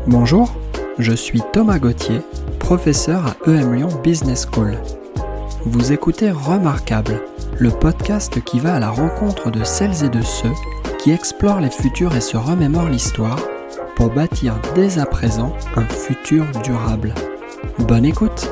Bonjour, je suis Thomas Gauthier, professeur à EM Lyon Business School. Vous écoutez Remarquable, le podcast qui va à la rencontre de celles et de ceux qui explorent les futurs et se remémorent l'histoire pour bâtir dès à présent un futur durable. Bonne écoute!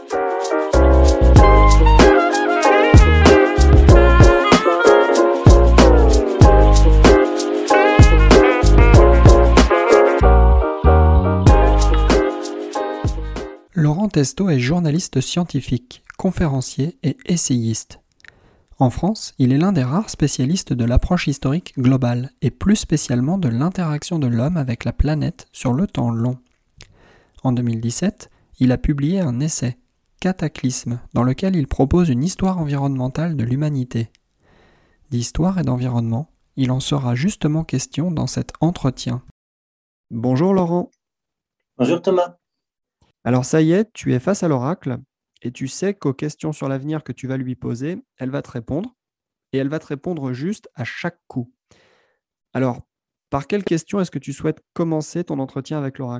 Laurent Testo est journaliste scientifique, conférencier et essayiste. En France, il est l'un des rares spécialistes de l'approche historique globale et plus spécialement de l'interaction de l'homme avec la planète sur le temps long. En 2017, il a publié un essai, Cataclysme, dans lequel il propose une histoire environnementale de l'humanité. D'histoire et d'environnement, il en sera justement question dans cet entretien. Bonjour Laurent. Bonjour Thomas. Alors ça y est, tu es face à l'oracle et tu sais qu'aux questions sur l'avenir que tu vas lui poser, elle va te répondre et elle va te répondre juste à chaque coup. Alors, par quelle question est-ce que tu souhaites commencer ton entretien avec l'oracle ?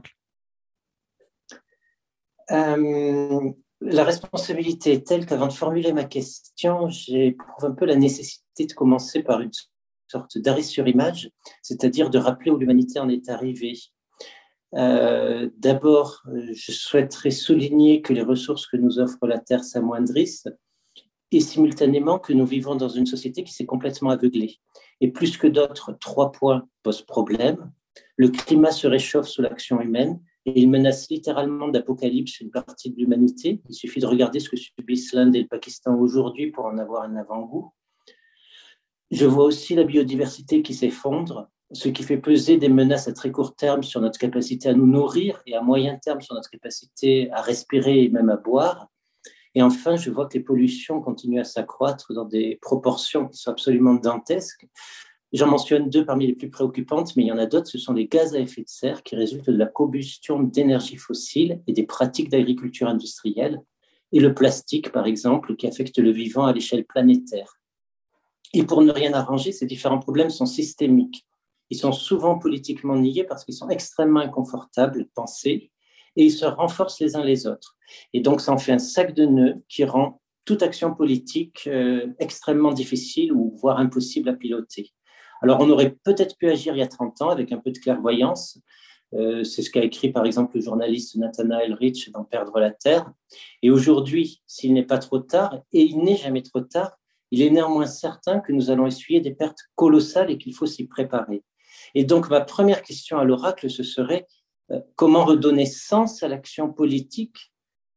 La responsabilité est telle qu'avant de formuler ma question, j'éprouve un peu la nécessité de commencer par une sorte d'arrêt sur image, c'est-à-dire de rappeler où l'humanité en est arrivée. D'abord, je souhaiterais souligner que les ressources que nous offre la Terre s'amoindrissent et simultanément que nous vivons dans une société qui s'est complètement aveuglée. Et plus que d'autres, 3 points posent problème. Le climat se réchauffe sous l'action humaine et il menace littéralement d'apocalypse une partie de l'humanité. Il suffit de regarder ce que subissent l'Inde et le Pakistan aujourd'hui pour en avoir un avant-goût. Je vois aussi la biodiversité qui s'effondre, ce qui fait peser des menaces à très court terme sur notre capacité à nous nourrir et à moyen terme sur notre capacité à respirer et même à boire. Et enfin, je vois que les pollutions continuent à s'accroître dans des proportions qui sont absolument dantesques. J'en mentionne 2 parmi les plus préoccupantes, mais il y en a d'autres, ce sont les gaz à effet de serre qui résultent de la combustion d'énergie fossile et des pratiques d'agriculture industrielle, et le plastique, par exemple, qui affecte le vivant à l'échelle planétaire. Et pour ne rien arranger, ces différents problèmes sont systémiques. Ils sont souvent politiquement niés parce qu'ils sont extrêmement inconfortables, pensés, et ils se renforcent les uns les autres. Et donc, ça en fait un sac de nœuds qui rend toute action politique extrêmement difficile ou voire impossible à piloter. Alors, on aurait peut-être pu agir il y a 30 ans avec un peu de clairvoyance. C'est ce qu'a écrit, par exemple, le journaliste Nathanael Rich dans Perdre la Terre. Et aujourd'hui, s'il n'est pas trop tard, et il n'est jamais trop tard, il est néanmoins certain que nous allons essuyer des pertes colossales et qu'il faut s'y préparer. Et donc, ma première question à l'oracle, ce serait comment redonner sens à l'action politique,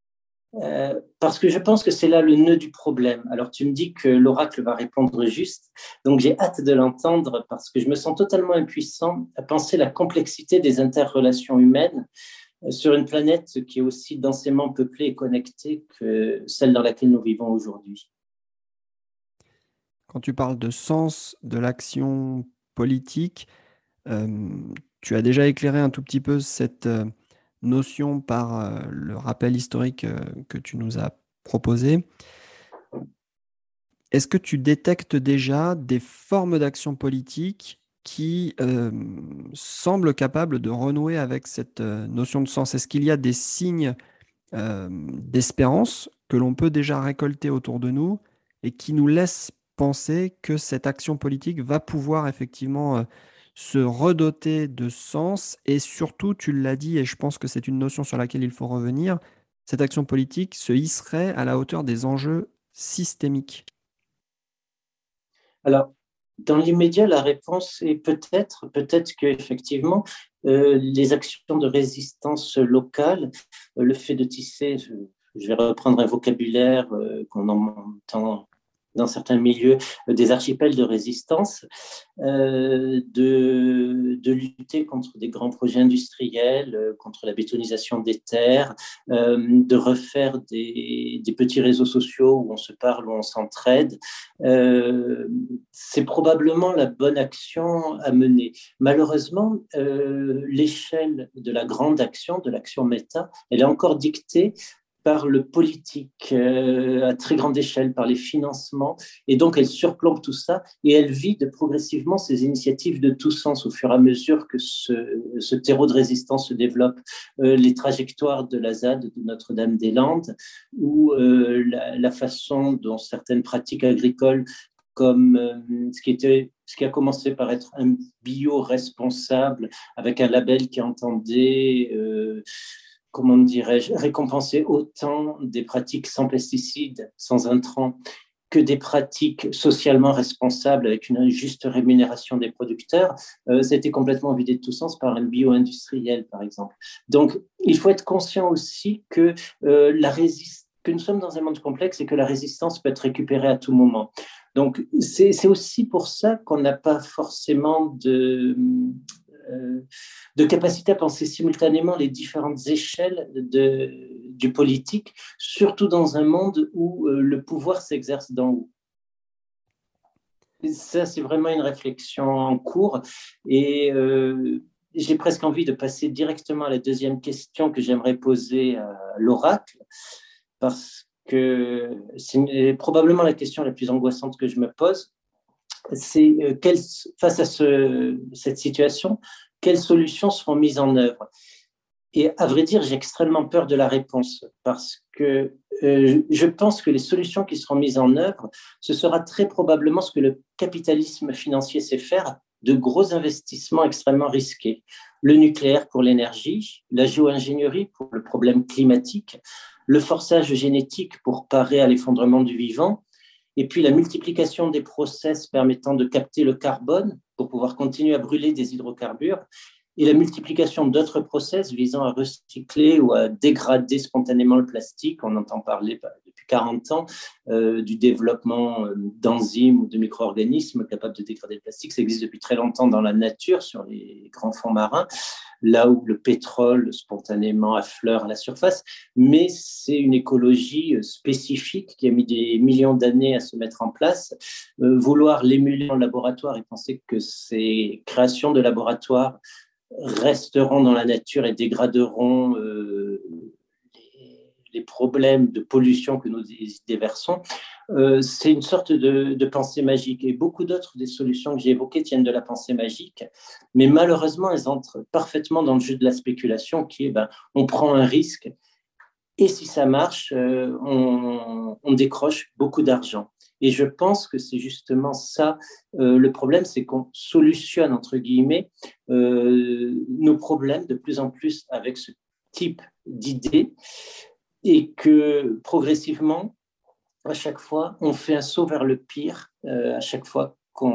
parce que je pense que c'est là le nœud du problème. Alors, tu me dis que l'oracle va répondre juste, donc j'ai hâte de l'entendre parce que je me sens totalement impuissant à penser la complexité des interrelations humaines sur une planète qui est aussi densément peuplée et connectée que celle dans laquelle nous vivons aujourd'hui. Quand tu parles de sens de l'action politique, tu as déjà éclairé un tout petit peu cette notion par le rappel historique que tu nous as proposé. Est-ce que tu détectes déjà des formes d'action politique qui semblent capables de renouer avec cette notion de sens ? Est-ce qu'il y a des signes d'espérance que l'on peut déjà récolter autour de nous et qui nous laissent penser que cette action politique va pouvoir effectivement se redoter de sens et surtout, tu l'as dit, et je pense que c'est une notion sur laquelle il faut revenir, cette action politique se hisserait à la hauteur des enjeux systémiques. Alors, dans l'immédiat, la réponse est peut-être qu'effectivement, les actions de résistance locale, le fait de tisser, je vais reprendre un vocabulaire qu'on entend dans certains milieux, des archipels de résistance, de lutter contre des grands projets industriels, contre la bétonisation des terres, de refaire des petits réseaux sociaux où on se parle, où on s'entraide. C'est probablement la bonne action à mener. Malheureusement, l'échelle de la grande action, de l'action méta, elle est encore dictée par le politique à très grande échelle, par les financements, et donc elle surplombe tout ça et elle vide progressivement ces initiatives de tous sens au fur et à mesure que ce terreau de résistance se développe. Les trajectoires de la ZAD de Notre-Dame-des-Landes ou la façon dont certaines pratiques agricoles comme ce qui a commencé par être un bio responsable avec un label qui entendait comment dirais-je, récompenser autant des pratiques sans pesticides, sans intrants, que des pratiques socialement responsables avec une juste rémunération des producteurs, ça a été complètement vidé de tout sens par un bio-industriel, par exemple. Donc, il faut être conscient aussi que que nous sommes dans un monde complexe et que la résistance peut être récupérée à tout moment. Donc, c'est aussi pour ça qu'on n'a pas forcément de capacité à penser simultanément les différentes échelles du politique, surtout dans un monde où le pouvoir s'exerce d'en haut. Et ça, c'est vraiment une réflexion en cours. Et j'ai presque envie de passer directement à la deuxième question que j'aimerais poser à l'oracle, parce que c'est probablement la question la plus angoissante que je me pose. C'est face à cette situation, quelles solutions seront mises en œuvre? Et à vrai dire, j'ai extrêmement peur de la réponse parce que je pense que les solutions qui seront mises en œuvre, ce sera très probablement ce que le capitalisme financier sait faire, de gros investissements extrêmement risqués. Le nucléaire pour l'énergie, la géo-ingénierie pour le problème climatique, le forçage génétique pour parer à l'effondrement du vivant, et puis la multiplication des process permettant de capter le carbone pour pouvoir continuer à brûler des hydrocarbures, et la multiplication d'autres process visant à recycler ou à dégrader spontanément le plastique. On entend parler depuis 40 ans du développement d'enzymes ou de micro-organismes capables de dégrader le plastique. Ça existe depuis très longtemps dans la nature, sur les grands fonds marins, là où le pétrole spontanément affleure à la surface, mais c'est une écologie spécifique qui a mis des millions d'années à se mettre en place. Vouloir l'émuler en laboratoire et penser que ces créations de laboratoire resteront dans la nature et dégraderont les problèmes de pollution que nous déversons, c'est une sorte de pensée magique. Et beaucoup d'autres des solutions que j'ai évoquées tiennent de la pensée magique, mais malheureusement, elles entrent parfaitement dans le jeu de la spéculation qui est, on prend un risque et si ça marche, on décroche beaucoup d'argent. Et je pense que c'est justement ça le problème, c'est qu'on solutionne, entre guillemets, nos problèmes de plus en plus avec ce type d'idées et que progressivement, à chaque fois, on fait un saut vers le pire, à chaque fois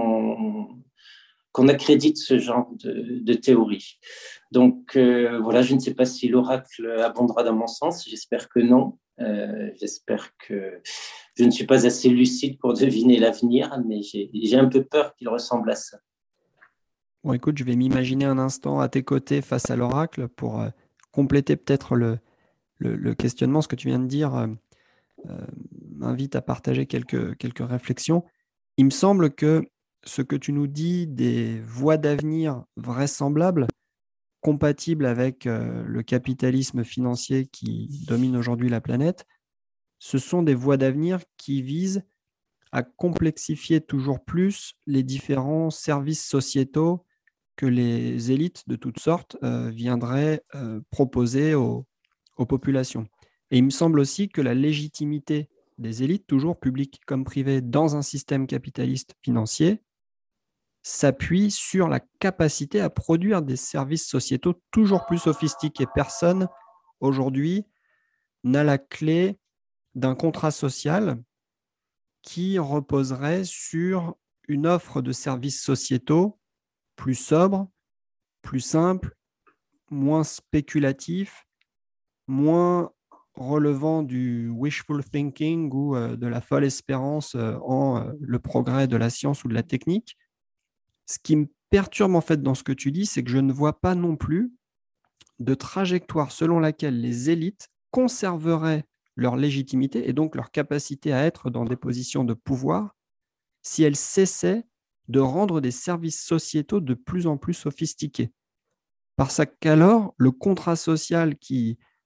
qu'on accrédite ce genre de théorie. Donc voilà, je ne sais pas si l'oracle abondera dans mon sens, j'espère que non. J'espère que je ne suis pas assez lucide pour deviner l'avenir, mais j'ai un peu peur qu'il ressemble à ça. Bon, écoute, je vais m'imaginer un instant à tes côtés face à l'oracle pour compléter peut-être le questionnement. Ce que tu viens de dire m'invite à partager quelques réflexions. Il me semble que ce que tu nous dis des voies d'avenir vraisemblables, compatibles avec le capitalisme financier qui domine aujourd'hui la planète, ce sont des voies d'avenir qui visent à complexifier toujours plus les différents services sociétaux que les élites de toutes sortes viendraient proposer aux populations. Et il me semble aussi que la légitimité des élites, toujours publiques comme privées, dans un système capitaliste financier, s'appuie sur la capacité à produire des services sociétaux toujours plus sophistiqués. Personne, aujourd'hui, n'a la clé d'un contrat social qui reposerait sur une offre de services sociétaux plus sobre, plus simple, moins spéculatif, moins relevant du wishful thinking ou de la folle espérance en le progrès de la science ou de la technique. Ce qui me perturbe en fait dans ce que tu dis, c'est que je ne vois pas non plus de trajectoire selon laquelle les élites conserveraient leur légitimité et donc leur capacité à être dans des positions de pouvoir si elles cessaient de rendre des services sociétaux de plus en plus sophistiqués. Parce qu'alors, le contrat social qui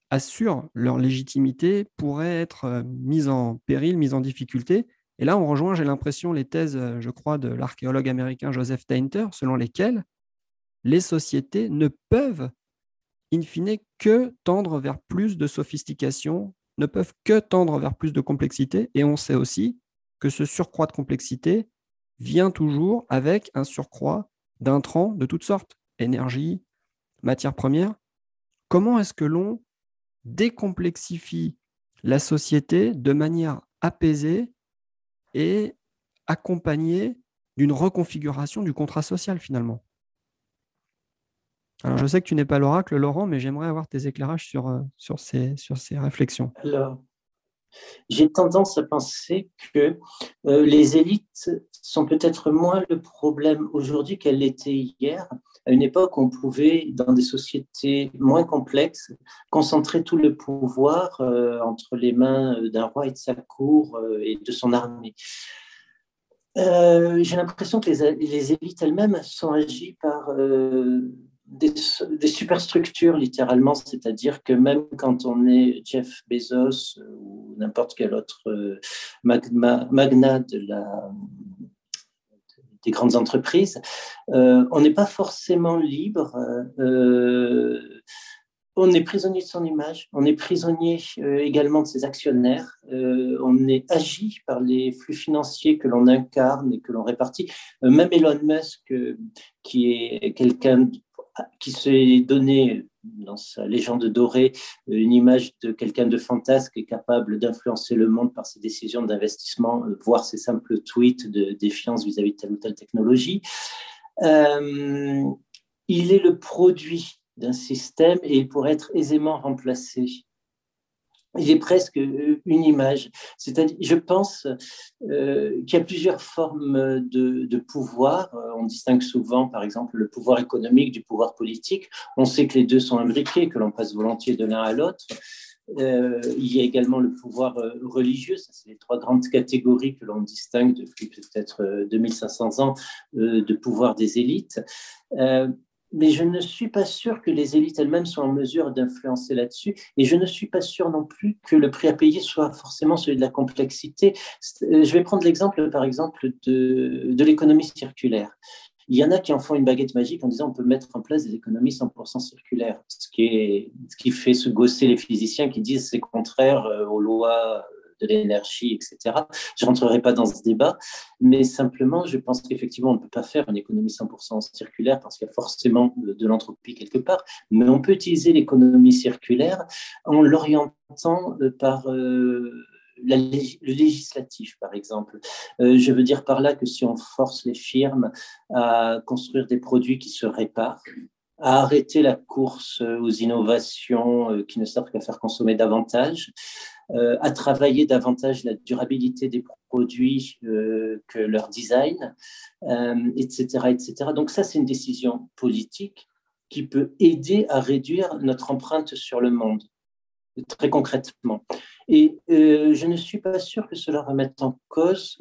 assurent leur légitimité pourrait être mise en péril, mise en difficulté. Et là, on rejoint, j'ai l'impression, les thèses, je crois, de l'archéologue américain Joseph Tainter, selon lesquelles les sociétés ne peuvent, in fine, que tendre vers plus de sophistication, ne peuvent que tendre vers plus de complexité. Et on sait aussi que ce surcroît de complexité vient toujours avec un surcroît d'intrants de toutes sortes, énergie, matières premières. Comment est-ce que l'on décomplexifie la société de manière apaisée et accompagnée d'une reconfiguration du contrat social finalement? Alors, je sais que tu n'es pas l'oracle, Laurent, mais j'aimerais avoir tes éclairages sur ces réflexions. Alors, j'ai tendance à penser que les élites sont peut-être moins le problème aujourd'hui qu'elles l'étaient hier, à une époque où on pouvait, dans des sociétés moins complexes, concentrer tout le pouvoir entre les mains d'un roi et de sa cour et de son armée. J'ai l'impression que les élites elles-mêmes sont agies par des superstructures, littéralement, c'est-à-dire que même quand on est Jeff Bezos ou n'importe quel autre magnat des grandes entreprises, on n'est pas forcément libre. On est prisonnier de son image, on est prisonnier également de ses actionnaires, on est agi par les flux financiers que l'on incarne et que l'on répartit. Même Elon Musk, qui est quelqu'un qui s'est donné dans sa légende dorée une image de quelqu'un de fantasque et capable d'influencer le monde par ses décisions d'investissement, voire ses simples tweets de défiance vis-à-vis de telle ou telle technologie. Il est le produit d'un système et il pourrait être aisément remplacé. Il est presque une image. C'est-à-dire, je pense qu'il y a plusieurs formes de pouvoir. On distingue souvent, par exemple, le pouvoir économique du pouvoir politique. On sait que les deux sont imbriqués, que l'on passe volontiers de l'un à l'autre. Il y a également le pouvoir religieux, ça c'est les trois grandes catégories que l'on distingue depuis peut-être 2500 ans de pouvoir des élites. Mais je ne suis pas sûr que les élites elles-mêmes soient en mesure d'influencer là-dessus. Et je ne suis pas sûr non plus que le prix à payer soit forcément celui de la complexité. Je vais prendre l'exemple, par exemple, de l'économie circulaire. Il y en a qui en font une baguette magique en disant on peut mettre en place des économies 100% circulaires, ce qui fait se gausser les physiciens qui disent c'est contraire aux lois de l'énergie, etc. Je ne rentrerai pas dans ce débat, mais simplement, je pense qu'effectivement, on ne peut pas faire une économie 100% circulaire parce qu'il y a forcément de l'entropie quelque part, mais on peut utiliser l'économie circulaire en l'orientant par le législatif, par exemple. Je veux dire par là que si on force les firmes à construire des produits qui se réparent, à arrêter la course aux innovations qui ne servent qu'à faire consommer davantage, à travailler davantage la durabilité des produits que leur design, etc., etc. Donc ça, c'est une décision politique qui peut aider à réduire notre empreinte sur le monde, très concrètement. Et je ne suis pas sûr que cela remette en cause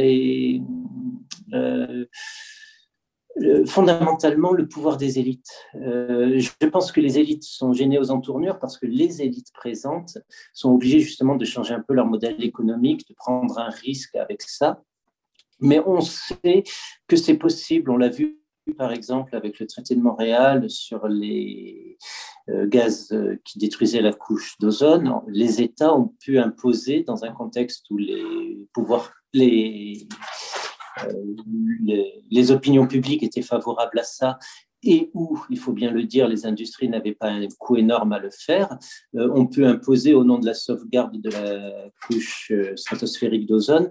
fondamentalement le pouvoir des élites. Je pense que les élites sont gênées aux entournures parce que les élites présentes sont obligées justement de changer un peu leur modèle économique, de prendre un risque avec ça. Mais on sait que c'est possible, on l'a vu par exemple avec le traité de Montréal sur les gaz qui détruisaient la couche d'ozone. Les États ont pu imposer dans un contexte où les pouvoirs, les opinions publiques étaient favorables à ça et où, il faut bien le dire, les industries n'avaient pas un coût énorme à le faire, on peut imposer au nom de la sauvegarde de la couche stratosphérique d'ozone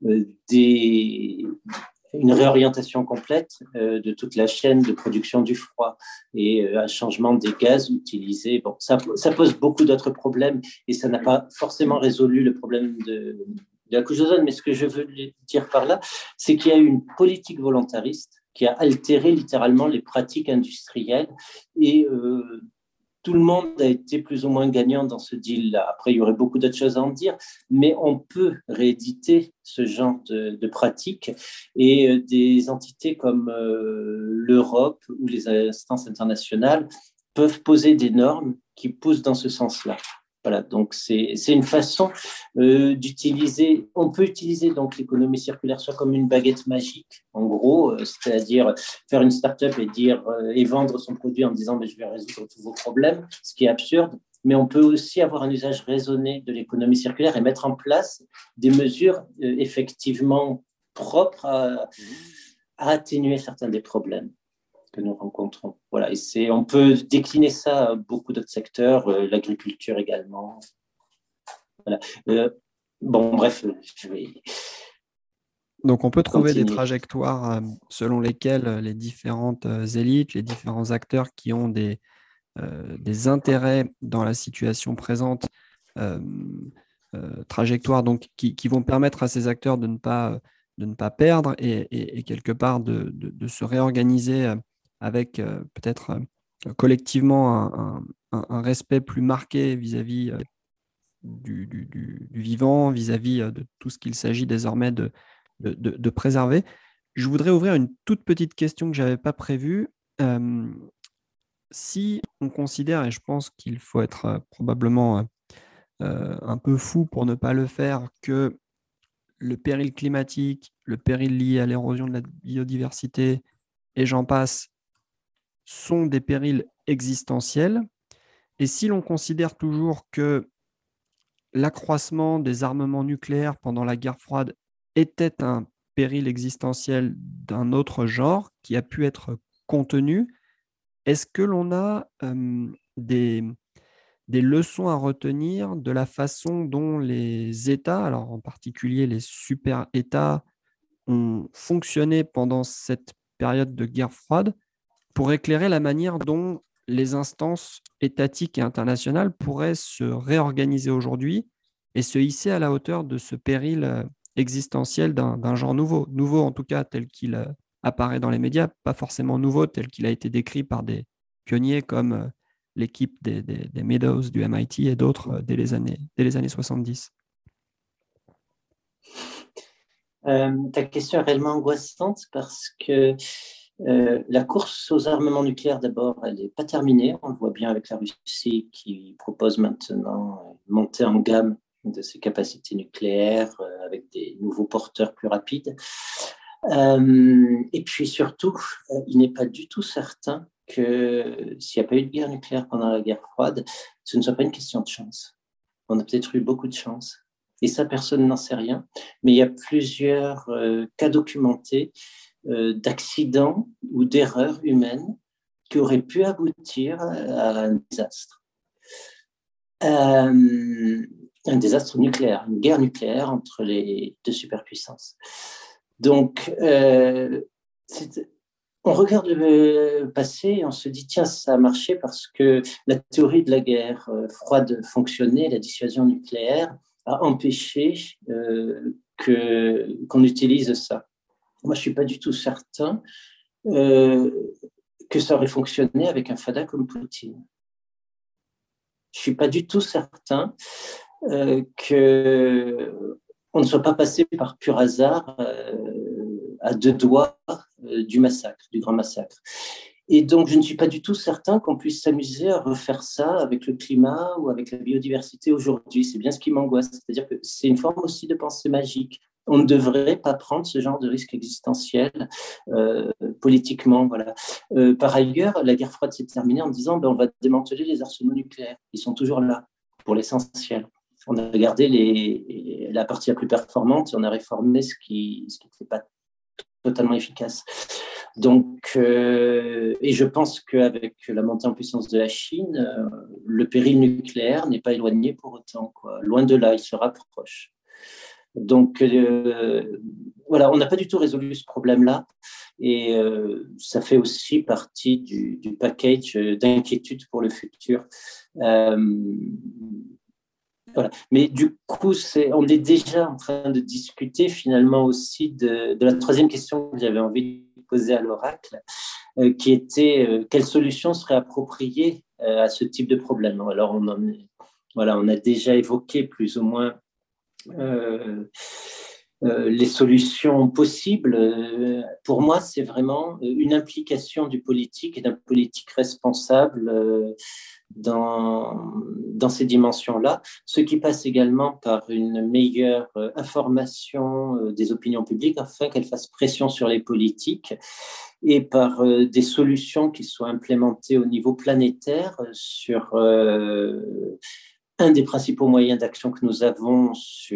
une réorientation complète de toute la chaîne de production du froid et un changement des gaz utilisés. Bon, ça pose beaucoup d'autres problèmes et ça n'a pas forcément résolu le problème de la couche d'ozone. Mais ce que je veux dire par là, c'est qu'il y a eu une politique volontariste qui a altéré littéralement les pratiques industrielles et tout le monde a été plus ou moins gagnant dans ce deal-là. Après, il y aurait beaucoup d'autres choses à en dire, mais on peut rééditer ce genre de pratiques et des entités comme l'Europe ou les instances internationales peuvent poser des normes qui poussent dans ce sens-là. Voilà, donc c'est une façon d'utiliser. On peut utiliser donc l'économie circulaire soit comme une baguette magique, en gros, c'est-à-dire faire une start-up et vendre son produit en disant mais je vais résoudre tous vos problèmes, ce qui est absurde. Mais on peut aussi avoir un usage raisonné de l'économie circulaire et mettre en place des mesures effectivement propres à atténuer certains des problèmes que nous rencontrons. Voilà, et on peut décliner ça à beaucoup d'autres secteurs, l'agriculture également. Voilà. Bon, bref, je vais. Donc, on peut trouver des trajectoires selon lesquelles les différentes élites, les différents acteurs qui ont des intérêts dans la situation présente, trajectoires donc, qui vont permettre à ces acteurs de ne pas perdre et quelque part de se réorganiser avec peut-être collectivement un respect plus marqué vis-à-vis du vivant, vis-à-vis de tout ce qu'il s'agit désormais de préserver. Je voudrais ouvrir une toute petite question que je n'avais pas prévue. Si on considère, et je pense qu'il faut être probablement un peu fou pour ne pas le faire, que le péril climatique, le péril lié à l'érosion de la biodiversité, et j'en passe, sont des périls existentiels, et si l'on considère toujours que l'accroissement des armements nucléaires pendant la guerre froide était un péril existentiel d'un autre genre qui a pu être contenu, est-ce que l'on a des leçons à retenir de la façon dont les États, alors en particulier les super-États, ont fonctionné pendant cette période de guerre froide pour éclairer la manière dont les instances étatiques et internationales pourraient se réorganiser aujourd'hui et se hisser à la hauteur de ce péril existentiel d'un genre nouveau. Nouveau en tout cas tel qu'il apparaît dans les médias, pas forcément nouveau tel qu'il a été décrit par des pionniers comme l'équipe des Meadows du MIT et d'autres dès les années 70. Ta question est réellement angoissante parce que la course aux armements nucléaires, d'abord, elle n'est pas terminée. On le voit bien avec la Russie qui propose maintenant monter en gamme de ses capacités nucléaires avec des nouveaux porteurs plus rapides. Et puis surtout, il n'est pas du tout certain que s'il n'y a pas eu de guerre nucléaire pendant la guerre froide, ce ne soit pas une question de chance. On a peut-être eu beaucoup de chance. Et ça, personne n'en sait rien. Mais il y a plusieurs cas documentés d'accidents ou d'erreurs humaines qui auraient pu aboutir à un désastre. Un désastre nucléaire, une guerre nucléaire entre les deux superpuissances. Donc, on regarde le passé et on se dit, tiens, ça a marché parce que la théorie de la guerre froide fonctionnait, la dissuasion nucléaire a empêché qu'on utilise ça. Moi, je ne suis pas du tout certain que ça aurait fonctionné avec un fada comme Poutine. Je ne suis pas du tout certain qu'on ne soit pas passé par pur hasard à deux doigts du massacre, du grand massacre. Et donc, je ne suis pas du tout certain qu'on puisse s'amuser à refaire ça avec le climat ou avec la biodiversité aujourd'hui. C'est bien ce qui m'angoisse. C'est-à-dire que c'est une forme aussi de pensée magique. On ne devrait pas prendre ce genre de risque existentiel politiquement. Voilà. Par ailleurs, la guerre froide s'est terminée en disant on va démanteler les arsenaux nucléaires. Ils sont toujours là pour l'essentiel. On a gardé la partie la plus performante et on a réformé ce qui n'était pas totalement efficace. Donc, et je pense qu'avec la montée en puissance de la Chine, le péril nucléaire n'est pas éloigné pour autant, quoi. Loin de là, il se rapproche. Donc, voilà, on n'a pas du tout résolu ce problème-là. Et ça fait aussi partie du package d'inquiétude pour le futur. Voilà. Mais du coup, on est déjà en train de discuter finalement aussi de la troisième question que j'avais envie de poser à l'oracle, qui était quelle solution serait appropriée à ce type de problème. Alors, on a déjà évoqué plus ou moins les solutions possibles, pour moi, c'est vraiment une implication du politique et d'un politique responsable dans ces dimensions-là, ce qui passe également par une meilleure information des opinions publiques afin qu'elles fassent pression sur les politiques et par des solutions qui soient implémentées au niveau planétaire sur un des principaux moyens d'action que nous avons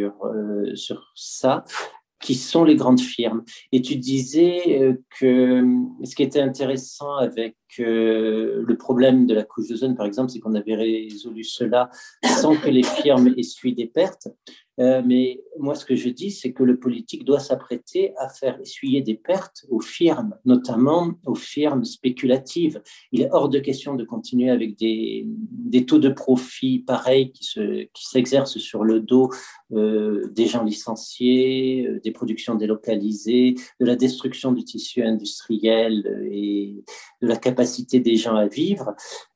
sur ça, qui sont les grandes firmes. Et tu disais que ce qui était intéressant avec le problème de la couche d'ozone, par exemple, c'est qu'on avait résolu cela sans que les firmes essuient des pertes. Mais moi, ce que je dis, c'est que le politique doit s'apprêter à faire essuyer des pertes aux firmes, notamment aux firmes spéculatives. Il est hors de question de continuer avec des taux de profit pareils qui s'exercent sur le dos des gens licenciés, des productions délocalisées, de la destruction du tissu industriel et de la capacité des gens à vivre.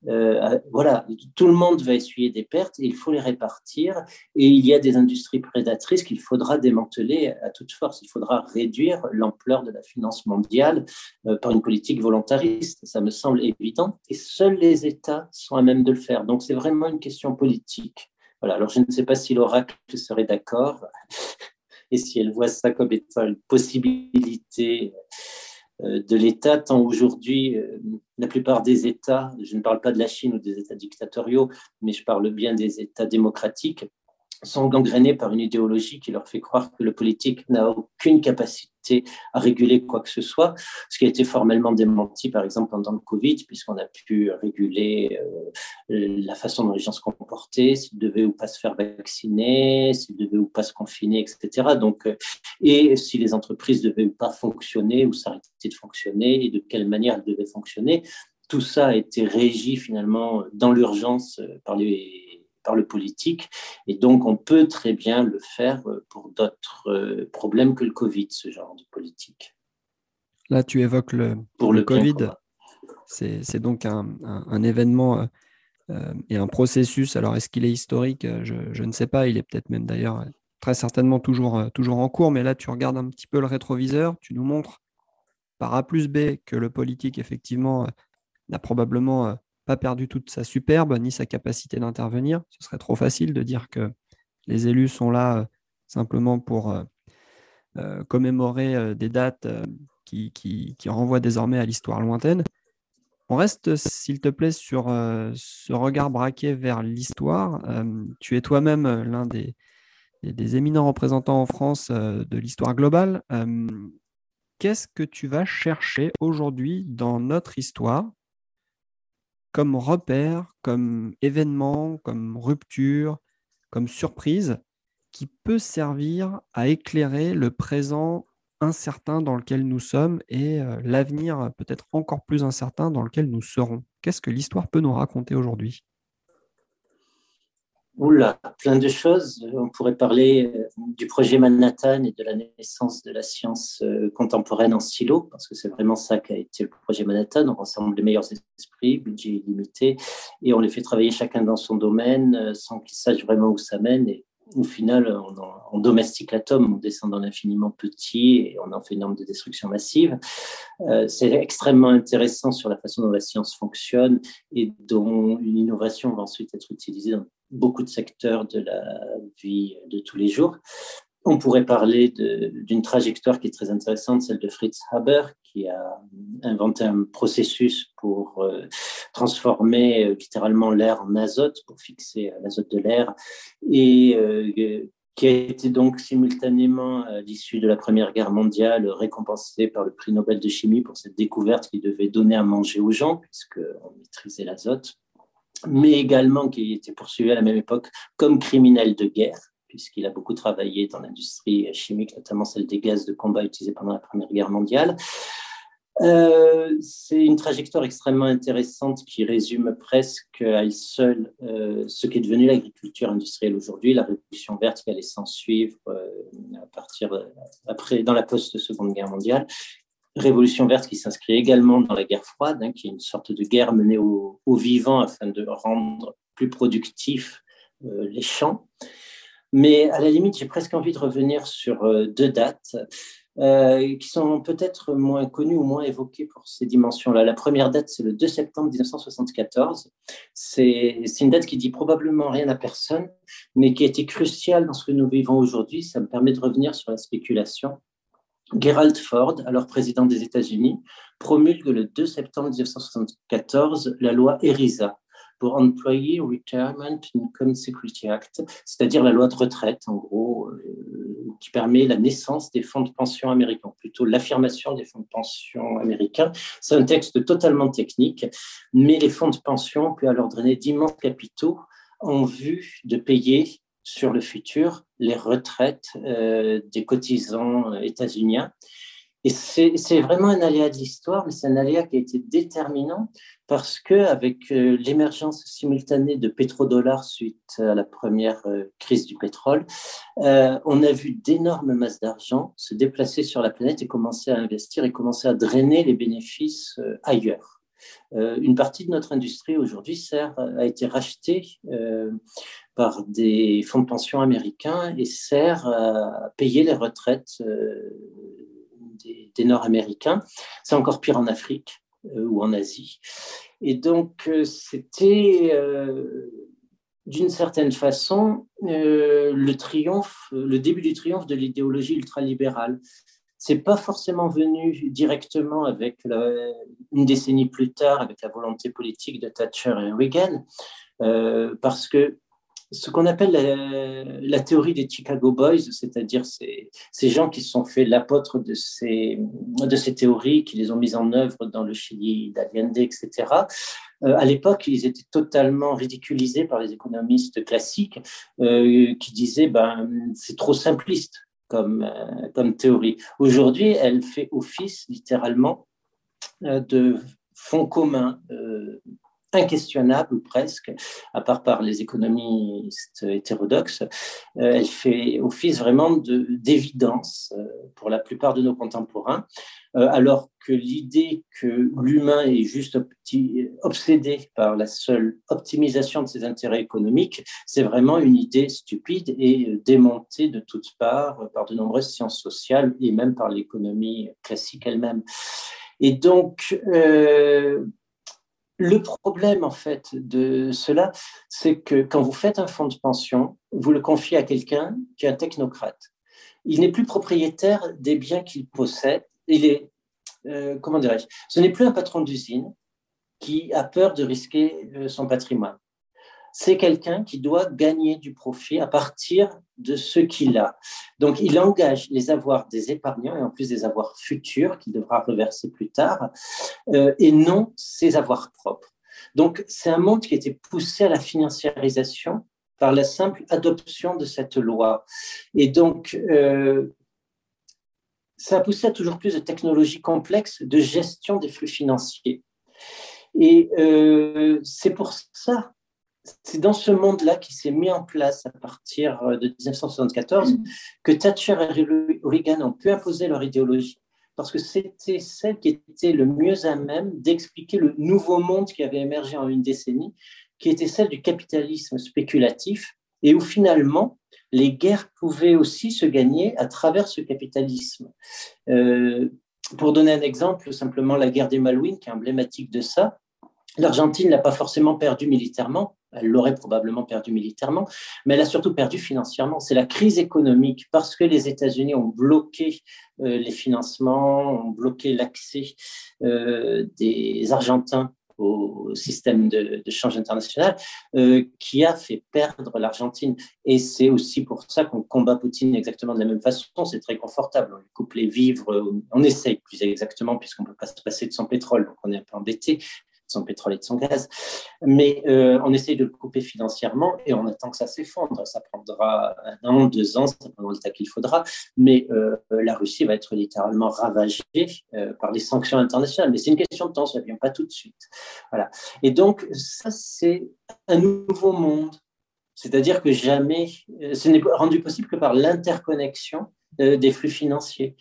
Voilà, tout le monde va essuyer des pertes et il faut les répartir. Et il y a des industries prédatrices qu'il faudra démanteler à toute force. Il faudra réduire l'ampleur de la finance mondiale par une politique volontariste. Ça me semble évident. Et seuls les États sont à même de le faire. Donc, c'est vraiment une question politique. Voilà. Alors, je ne sais pas si l'oracle serait d'accord et si elle voit ça comme étant une possibilité de l'État, tant aujourd'hui, la plupart des États, je ne parle pas de la Chine ou des États dictatoriaux, mais je parle bien des États démocratiques, sont gangrénés par une idéologie qui leur fait croire que le politique n'a aucune capacité à réguler quoi que ce soit, ce qui a été formellement démenti, par exemple, pendant le Covid, puisqu'on a pu réguler la façon dont les gens se comportaient, s'ils devaient ou pas se faire vacciner, s'ils devaient ou pas se confiner, etc. Donc, et si les entreprises devaient ou pas fonctionner ou s'arrêter de fonctionner, et de quelle manière elles devaient fonctionner. Tout ça a été régi finalement dans l'urgence par le politique. Et donc, on peut très bien le faire pour d'autres problèmes que le Covid, ce genre de politique. Là, tu évoques le Covid. C'est donc un événement et un processus. Alors, est-ce qu'il est historique? Je ne sais pas. Il est peut-être même d'ailleurs très certainement toujours en cours. Mais là, tu regardes un petit peu le rétroviseur. Tu nous montres par A plus B que le politique, effectivement, n'a probablement pas perdu toute sa superbe ni sa capacité d'intervenir. Ce serait trop facile de dire que les élus sont là simplement pour commémorer des dates qui renvoient désormais à l'histoire lointaine. On reste, s'il te plaît, sur ce regard braqué vers l'histoire. Tu es toi-même l'un des éminents représentants en France de l'histoire globale. Qu'est-ce que tu vas chercher aujourd'hui dans notre histoire comme repère, comme événement, comme rupture, comme surprise, qui peut servir à éclairer le présent incertain dans lequel nous sommes et l'avenir peut-être encore plus incertain dans lequel nous serons. Qu'est-ce que l'histoire peut nous raconter aujourd'hui? Oula, plein de choses. On pourrait parler du projet Manhattan et de la naissance de la science contemporaine en silo, parce que c'est vraiment ça qu'a été le projet Manhattan. On rassemble les meilleurs esprits, budget illimité, et on les fait travailler chacun dans son domaine sans qu'ils sachent vraiment où ça mène. Et au final, on domestique l'atome, on descend dans l'infiniment petit et on en fait une arme de destruction massive. C'est extrêmement intéressant sur la façon dont la science fonctionne et dont une innovation va ensuite être utilisée dans beaucoup de secteurs de la vie de tous les jours. On pourrait parler d'une trajectoire qui est très intéressante, celle de Fritz Haber, qui a inventé un processus pour transformer littéralement l'air en azote, pour fixer l'azote de l'air, et qui a été donc simultanément, à l'issue de la Première Guerre mondiale, récompensé par le prix Nobel de chimie pour cette découverte qui devait donner à manger aux gens, puisqu'on maîtrisait l'azote, mais également qui était poursuivi à la même époque comme criminel de guerre, puisqu'il a beaucoup travaillé dans l'industrie chimique, notamment celle des gaz de combat utilisés pendant la Première Guerre mondiale. C'est une trajectoire extrêmement intéressante qui résume presque à elle seule ce qu'est devenu l'agriculture industrielle aujourd'hui, la révolution verte qui allait s'en suivre à partir après, dans la post-seconde guerre mondiale. Révolution verte qui s'inscrit également dans la guerre froide, qui est une sorte de guerre menée aux vivants afin de rendre plus productifs les champs. Mais à la limite, j'ai presque envie de revenir sur deux dates qui sont peut-être moins connues ou moins évoquées pour ces dimensions-là. La première date, c'est le 2 septembre 1974. C'est une date qui dit probablement rien à personne, mais qui a été cruciale dans ce que nous vivons aujourd'hui. Ça me permet de revenir sur la spéculation. Gerald Ford, alors président des États-Unis, promulgue le 2 septembre 1974 la loi ERISA pour Employee Retirement Income Security Act, c'est-à-dire la loi de retraite, en gros, qui permet la naissance des fonds de pension américains, plutôt l'affirmation des fonds de pension américains. C'est un texte totalement technique, mais les fonds de pension peuvent alors drainer d'immenses capitaux en vue de payer sur le futur les retraites des cotisants états-uniens. Et c'est vraiment un aléa de l'histoire, mais c'est un aléa qui a été déterminant parce qu'avec l'émergence simultanée de pétrodollars suite à la première crise du pétrole, on a vu d'énormes masses d'argent se déplacer sur la planète et commencer à investir et commencer à drainer les bénéfices ailleurs. Une partie de notre industrie aujourd'hui a été rachetée par des fonds de pension américains et sert à payer les retraites des Nord-Américains. C'est encore pire en Afrique ou en Asie. Et donc, c'était d'une certaine façon le début du triomphe de l'idéologie ultralibérale. C'est pas forcément venu directement avec une décennie plus tard, avec la volonté politique de Thatcher et Reagan, parce que ce qu'on appelle la théorie des Chicago Boys, c'est-à-dire ces gens qui se sont fait l'apôtre de ces théories, qui les ont mises en œuvre dans le Chili d'Allende, etc. À l'époque, ils étaient totalement ridiculisés par les économistes classiques qui disaient c'est trop simpliste comme théorie. Aujourd'hui, elle fait office littéralement de fonds communs inquestionnable ou presque, à part par les économistes hétérodoxes, elle fait office vraiment d'évidence pour la plupart de nos contemporains, alors que l'idée que l'humain est juste obsédé par la seule optimisation de ses intérêts économiques, c'est vraiment une idée stupide et démontée de toutes parts par de nombreuses sciences sociales et même par l'économie classique elle-même. Et donc, le problème, en fait, de cela, c'est que quand vous faites un fonds de pension, vous le confiez à quelqu'un qui est un technocrate. Il n'est plus propriétaire des biens qu'il possède. Il est, comment dirais-je, ce n'est plus un patron d'usine qui a peur de risquer son patrimoine. C'est quelqu'un qui doit gagner du profit à partir de ce qu'il a. Donc, il engage les avoirs des épargnants et en plus des avoirs futurs qu'il devra reverser plus tard, et non ses avoirs propres. Donc, c'est un monde qui a été poussé à la financiarisation par la simple adoption de cette loi. Et donc, ça a poussé à toujours plus de technologies complexes de gestion des flux financiers. Et c'est pour ça, c'est dans ce monde-là qui s'est mis en place à partir de 1974 que Thatcher et Reagan ont pu imposer leur idéologie, parce que c'était celle qui était le mieux à même d'expliquer le nouveau monde qui avait émergé en une décennie, qui était celle du capitalisme spéculatif, et où finalement les guerres pouvaient aussi se gagner à travers ce capitalisme. Pour donner un exemple, simplement la guerre des Malouines, qui est emblématique de ça, l'Argentine n'a pas forcément perdu militairement, elle l'aurait probablement perdu militairement, mais elle a surtout perdu financièrement. C'est la crise économique parce que les États-Unis ont bloqué les financements, ont bloqué l'accès des Argentins au système de change international, qui a fait perdre l'Argentine. Et c'est aussi pour ça qu'on combat Poutine exactement de la même façon. C'est très confortable. On lui coupe les vivres, on essaye plus exactement, puisqu'on ne peut pas se passer de son pétrole, donc on est un peu embêté, de son pétrole et de son gaz. Mais on essaye de le couper financièrement et on attend que ça s'effondre. Ça prendra 1 an, 2 ans, ça prendra le temps qu'il faudra. Mais la Russie va être littéralement ravagée par les sanctions internationales. Mais c'est une question de temps, ça ne vient pas tout de suite. Voilà. Et donc, ça, c'est un nouveau monde. C'est-à-dire que jamais, ce n'est rendu possible que par l'interconnexion des flux financiers.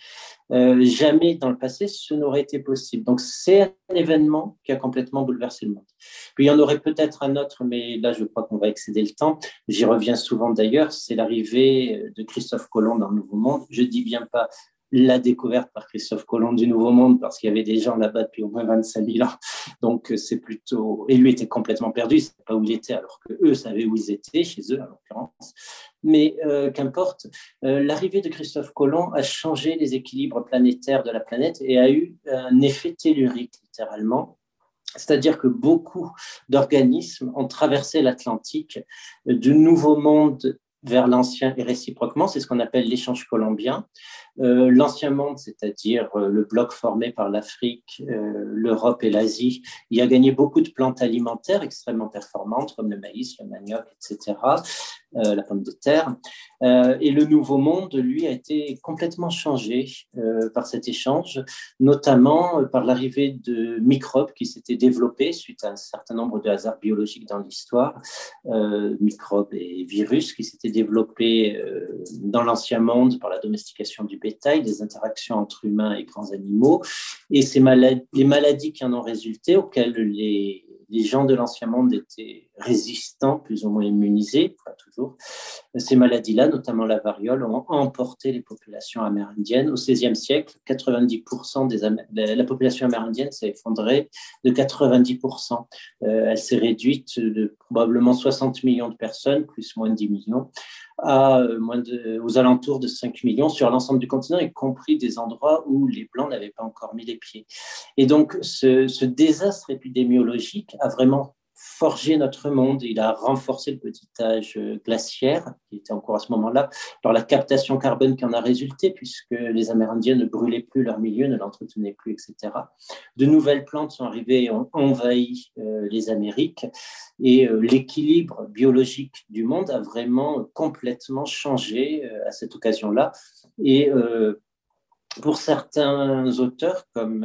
Jamais dans le passé, ce n'aurait été possible. Donc, c'est un événement qui a complètement bouleversé le monde. Puis, il y en aurait peut-être un autre, mais là, je crois qu'on va excéder le temps. J'y reviens souvent d'ailleurs, c'est l'arrivée de Christophe Colomb dans le Nouveau Monde. Je dis bien pas la découverte par Christophe Colomb du Nouveau Monde, parce qu'il y avait des gens là-bas depuis au moins 25 000 ans. Donc, c'est plutôt... Et lui était complètement perdu, il ne savait pas où il était, alors qu'eux savaient où ils étaient, chez eux, en l'occurrence. Mais qu'importe, l'arrivée de Christophe Colomb a changé les équilibres planétaires de la planète et a eu un effet tellurique, littéralement. C'est-à-dire que beaucoup d'organismes ont traversé l'Atlantique du Nouveau Monde vers l'ancien et réciproquement. C'est ce qu'on appelle l'échange colombien. L'ancien monde, c'est-à-dire le bloc formé par l'Afrique, l'Europe et l'Asie, il a gagné beaucoup de plantes alimentaires extrêmement performantes comme le maïs, le manioc, etc., la pomme de terre. Et le Nouveau Monde, lui, a été complètement changé par cet échange, notamment par l'arrivée de microbes qui s'étaient développés suite à un certain nombre de hasards biologiques dans l'histoire, microbes et virus qui s'étaient développés dans l'Ancien Monde par la domestication du bétail, des interactions entre humains et grands animaux, et les maladies qui en ont résulté, auxquelles les gens de l'Ancien Monde étaient résistants, plus ou moins immunisés, pas toujours. Ces maladies-là, notamment la variole, ont emporté les populations amérindiennes. Au XVIe siècle, 90% la population amérindienne s'est effondrée de 90%. Elle s'est réduite de probablement 60 millions de personnes, plus moins de 10 millions, à aux alentours de 5 millions sur l'ensemble du continent, y compris des endroits où les Blancs n'avaient pas encore mis les pieds. Et donc, ce désastre épidémiologique a vraiment forgé notre monde. Il a renforcé le petit âge glaciaire, qui était en cours à ce moment-là, par la captation carbone qui en a résulté, puisque les Amérindiens ne brûlaient plus leur milieu, ne l'entretenaient plus, etc. De nouvelles plantes sont arrivées et ont envahi les Amériques. Et l'équilibre biologique du monde a vraiment complètement changé à cette occasion-là. Et pour certains auteurs, comme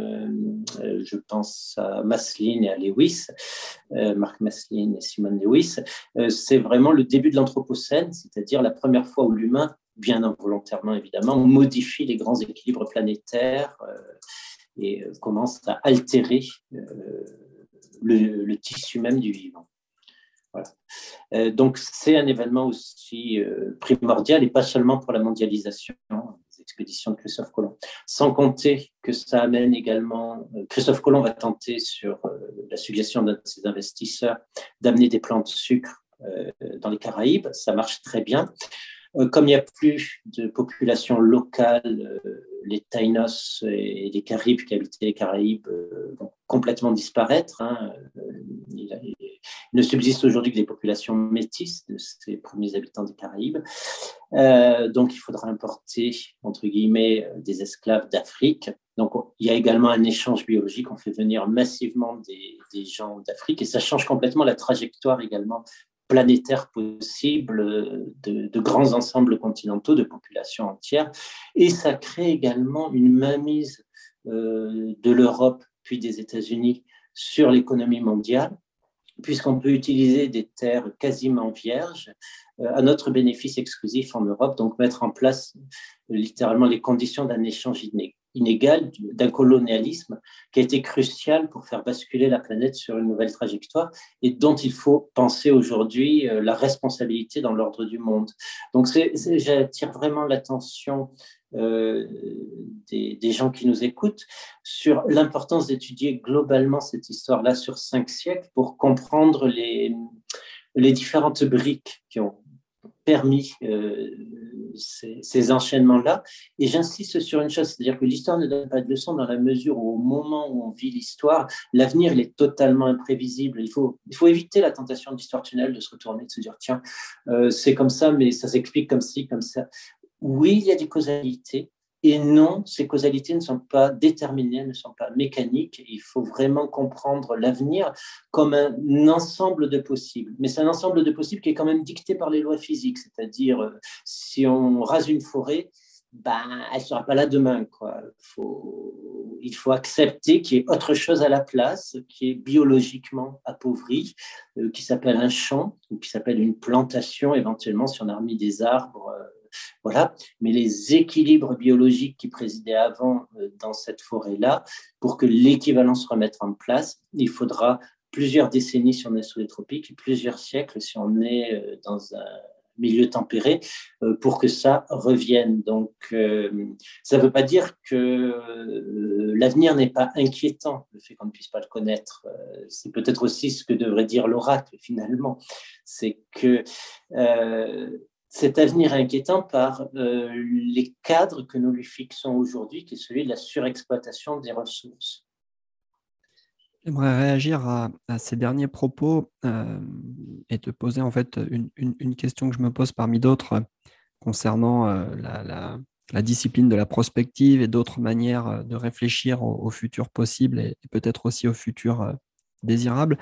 je pense à Maslin et à Lewis, Mark Maslin et Simon Lewis, c'est vraiment le début de l'Anthropocène, c'est-à-dire la première fois où l'humain, bien involontairement évidemment, modifie les grands équilibres planétaires et commence à altérer le tissu même du vivant. Voilà. Donc, c'est un événement aussi primordial et pas seulement pour la mondialisation des expéditions de Christophe Colomb. Sans compter que ça amène également... Christophe Colomb va tenter, sur la suggestion d'un de ses investisseurs, d'amener des plants de sucre dans les Caraïbes. Ça marche très bien. Comme il n'y a plus de population locale, les Taïnos et les Caribes qui habitaient les Caraïbes vont complètement disparaître. Il ne subsiste aujourd'hui que des populations métisses de ces premiers habitants des Caraïbes. Donc, il faudra importer, entre guillemets, des esclaves d'Afrique. Donc, il y a également un échange biologique. On fait venir massivement des gens d'Afrique et ça change complètement la trajectoire également planétaire possible de grands ensembles continentaux, de populations entières. Et ça crée également une mainmise de l'Europe puis des États-Unis sur l'économie mondiale, puisqu'on peut utiliser des terres quasiment vierges à notre bénéfice exclusif en Europe, donc mettre en place littéralement les conditions d'un échange inégal, d'un colonialisme qui a été crucial pour faire basculer la planète sur une nouvelle trajectoire et dont il faut penser aujourd'hui la responsabilité dans l'ordre du monde. Donc, j'attire vraiment l'attention des gens qui nous écoutent sur l'importance d'étudier globalement cette histoire-là sur 5 siècles pour comprendre les différentes briques qui ont permis ces enchaînements-là. Et j'insiste sur une chose, c'est-à-dire que l'histoire ne donne pas de leçon dans la mesure où au moment où on vit l'histoire, l'avenir il est totalement imprévisible. Il faut éviter la tentation de l'histoire tunnel, de se retourner, de se dire tiens, c'est comme ça, mais ça s'explique comme ci, comme ça. Oui, il y a des causalités, et non, ces causalités ne sont pas déterminées, ne sont pas mécaniques. Il faut vraiment comprendre l'avenir comme un ensemble de possibles. Mais c'est un ensemble de possibles qui est quand même dicté par les lois physiques. C'est-à-dire, si on rase une forêt, elle ne sera pas là demain, quoi. Il faut accepter qu'il y ait autre chose à la place, qui est biologiquement appauvri, qui s'appelle un champ, ou qui s'appelle une plantation, éventuellement, si on a remis des arbres voilà. Mais les équilibres biologiques qui présidaient avant dans cette forêt-là, pour que l'équivalent se remette en place, il faudra plusieurs décennies si on est sous les tropiques et plusieurs siècles si on est dans un milieu tempéré pour que ça revienne. Donc, ça ne veut pas dire que l'avenir n'est pas inquiétant, le fait qu'on ne puisse pas le connaître. C'est peut-être aussi ce que devrait dire l'oracle, finalement. C'est que cet avenir est inquiétant par les cadres que nous lui fixons aujourd'hui, qui est celui de la surexploitation des ressources. J'aimerais réagir à ces derniers propos et te poser en fait une question que je me pose parmi d'autres concernant la discipline de la prospective et d'autres manières de réfléchir au futur possible et peut-être aussi au futur désirable.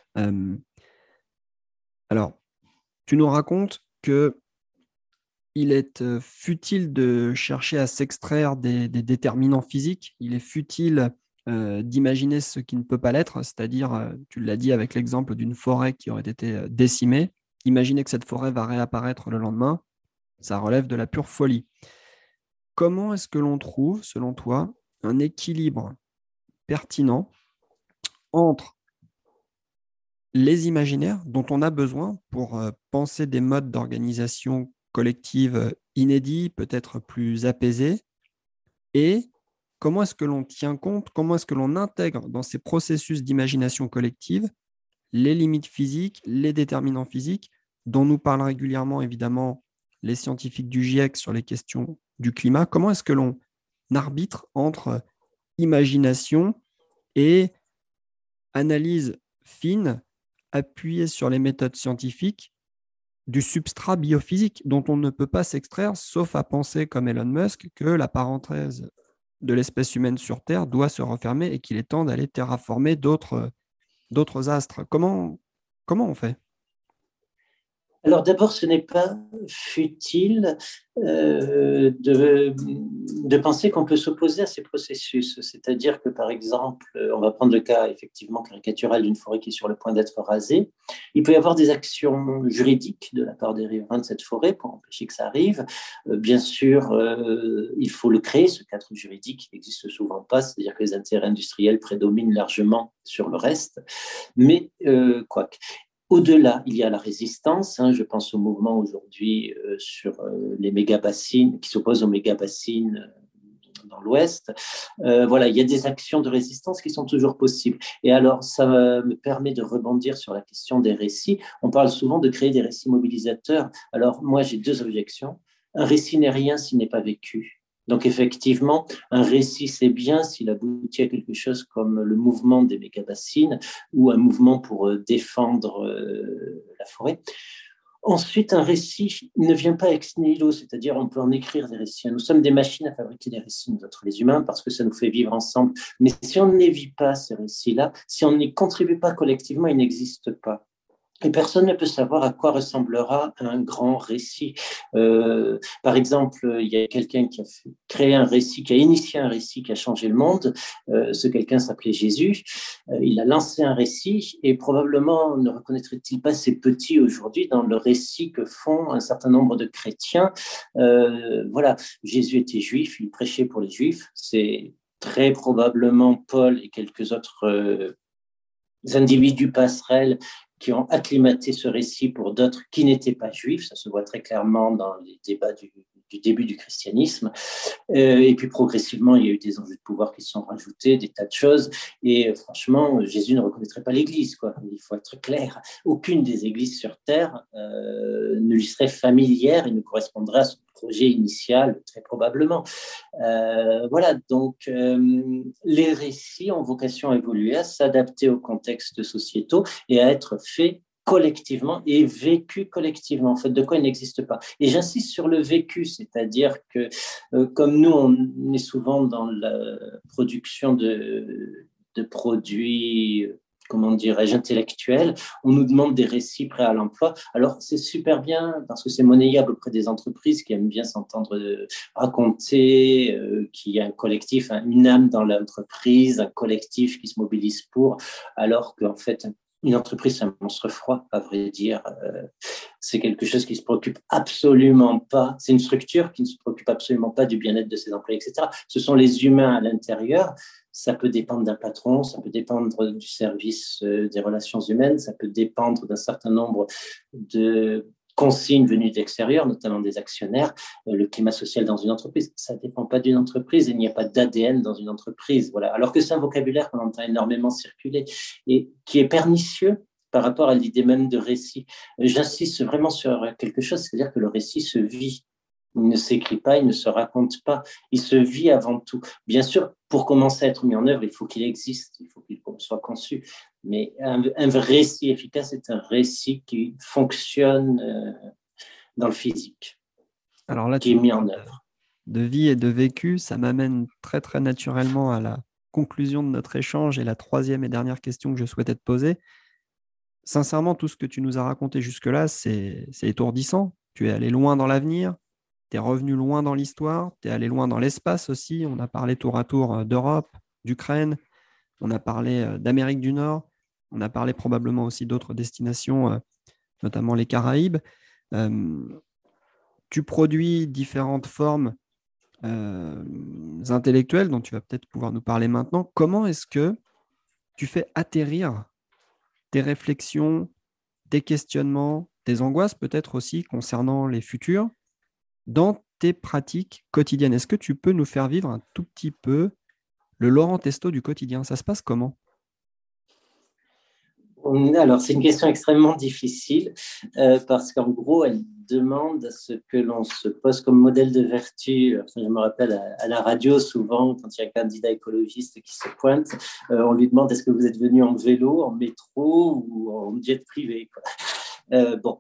Alors, tu nous racontes que il est futile de chercher à s'extraire des déterminants physiques, il est futile d'imaginer ce qui ne peut pas l'être, c'est-à-dire, tu l'as dit avec l'exemple d'une forêt qui aurait été décimée, imaginer que cette forêt va réapparaître le lendemain, ça relève de la pure folie. Comment est-ce que l'on trouve, selon toi, un équilibre pertinent entre les imaginaires dont on a besoin pour penser des modes d'organisation collective inédits, peut-être plus apaisés, et comment est-ce que l'on tient compte, comment est-ce que l'on intègre dans ces processus d'imagination collective les limites physiques, les déterminants physiques, dont nous parlent régulièrement évidemment les scientifiques du GIEC sur les questions du climat. Comment est-ce que l'on arbitre entre imagination et analyse fine appuyée sur les méthodes scientifiques du substrat biophysique dont on ne peut pas s'extraire, sauf à penser comme Elon Musk que la parenthèse de l'espèce humaine sur Terre doit se refermer et qu'il est temps d'aller terraformer d'autres astres. Comment on fait? Alors d'abord, ce n'est pas futile de penser qu'on peut s'opposer à ces processus. C'est-à-dire que, par exemple, on va prendre le cas effectivement caricatural d'une forêt qui est sur le point d'être rasée. Il peut y avoir des actions juridiques de la part des riverains de cette forêt pour empêcher que ça arrive. Bien sûr, il faut le créer, ce cadre juridique. Il n'existe souvent pas, c'est-à-dire que les intérêts industriels prédominent largement sur le reste. Mais quoique. Au-delà, il y a la résistance. Je pense au mouvement aujourd'hui sur les méga-bassines, qui s'opposent aux méga-bassines dans l'Ouest. Voilà, il y a des actions de résistance qui sont toujours possibles. Et alors, ça me permet de rebondir sur la question des récits. On parle souvent de créer des récits mobilisateurs. Alors, moi, j'ai deux objections. Un récit n'est rien s'il n'est pas vécu. Donc, effectivement, un récit, c'est bien s'il aboutit à quelque chose comme le mouvement des méga-bassines ou un mouvement pour défendre la forêt. Ensuite, un récit ne vient pas ex nihilo, c'est-à-dire on peut en écrire des récits. Nous sommes des machines à fabriquer des récits, nous autres les humains, parce que ça nous fait vivre ensemble. Mais si on ne vit pas ces récits-là, si on n'y contribue pas collectivement, ils n'existent pas. Et personne ne peut savoir à quoi ressemblera un grand récit. Par exemple, il y a quelqu'un qui a créé un récit, qui a initié un récit qui a changé le monde. Ce quelqu'un s'appelait Jésus. Il a lancé un récit et probablement ne reconnaîtrait-il pas ses petits aujourd'hui dans le récit que font un certain nombre de chrétiens. Voilà, Jésus était juif, il prêchait pour les juifs. C'est très probablement Paul et quelques autres individus passerelles qui ont acclimaté ce récit pour d'autres qui n'étaient pas juifs. Ça se voit très clairement dans les débats du début du christianisme. Et puis progressivement, il y a eu des enjeux de pouvoir qui se sont rajoutés, des tas de choses. Et franchement, Jésus ne reconnaîtrait pas l'Église, quoi. Il faut être clair. Aucune des églises sur Terre ne lui serait familière et ne correspondrait à son projet initial, très probablement. Voilà, donc les récits ont vocation à évoluer, à s'adapter aux contextes sociétaux et à être faits collectivement et vécu collectivement, en fait, de quoi il n'existe pas. Et j'insiste sur le vécu, c'est-à-dire que comme nous, on est souvent dans la production de produits, comment dirais-je, intellectuels, on nous demande des récits prêts à l'emploi. Alors, c'est super bien parce que c'est monnayable auprès des entreprises qui aiment bien s'entendre raconter qu'il y a un collectif, une âme dans l'entreprise, un collectif qui se mobilise pour, alors qu'en fait, une entreprise, c'est un monstre froid, à vrai dire. c'est quelque chose qui ne se préoccupe absolument pas, c'est une structure qui ne se préoccupe absolument pas du bien-être de ses employés, etc. Ce sont les humains à l'intérieur. Ça peut dépendre d'un patron, ça peut dépendre du service des relations humaines, ça peut dépendre d'un certain nombre de consignes venues de l'extérieur, notamment des actionnaires, le climat social dans une entreprise. Ça ne dépend pas d'une entreprise, il n'y a pas d'ADN dans une entreprise. Voilà. Alors que c'est un vocabulaire qu'on entend énormément circuler et qui est pernicieux par rapport à l'idée même de récit. J'insiste vraiment sur quelque chose, c'est-à-dire que le récit se vit. Il ne s'écrit pas, il ne se raconte pas, il se vit avant tout. Bien sûr, pour commencer à être mis en œuvre, il faut qu'il existe, il faut qu'il soit conçu. Mais un récit efficace est un récit qui fonctionne dans le physique, Alors là, qui est mis en œuvre. De vie et de vécu, ça m'amène très très naturellement à la conclusion de notre échange et la troisième et dernière question que je souhaitais te poser. Sincèrement, tout ce que tu nous as raconté jusque-là, c'est étourdissant. Tu es allé loin dans l'avenir, tu es revenu loin dans l'histoire, tu es allé loin dans l'espace aussi. On a parlé tour à tour d'Europe, d'Ukraine, on a parlé d'Amérique du Nord, on a parlé probablement aussi d'autres destinations, notamment les Caraïbes. Tu produis différentes formes intellectuelles dont tu vas peut-être pouvoir nous parler maintenant. Comment est-ce que tu fais atterrir tes réflexions, tes questionnements, tes angoisses peut-être aussi concernant les futurs dans tes pratiques quotidiennes? Est-ce que tu peux nous faire vivre un tout petit peu le Laurent Testo du quotidien? Ça se passe comment? Alors, c'est une question extrêmement difficile parce qu'en gros, elle demande à ce que l'on se pose comme modèle de vertu. Enfin, je me rappelle à la radio, souvent, quand il y a un candidat écologiste qui se pointe, on lui demande est-ce que vous êtes venu en vélo, en métro ou en jet privé, quoi. Bon.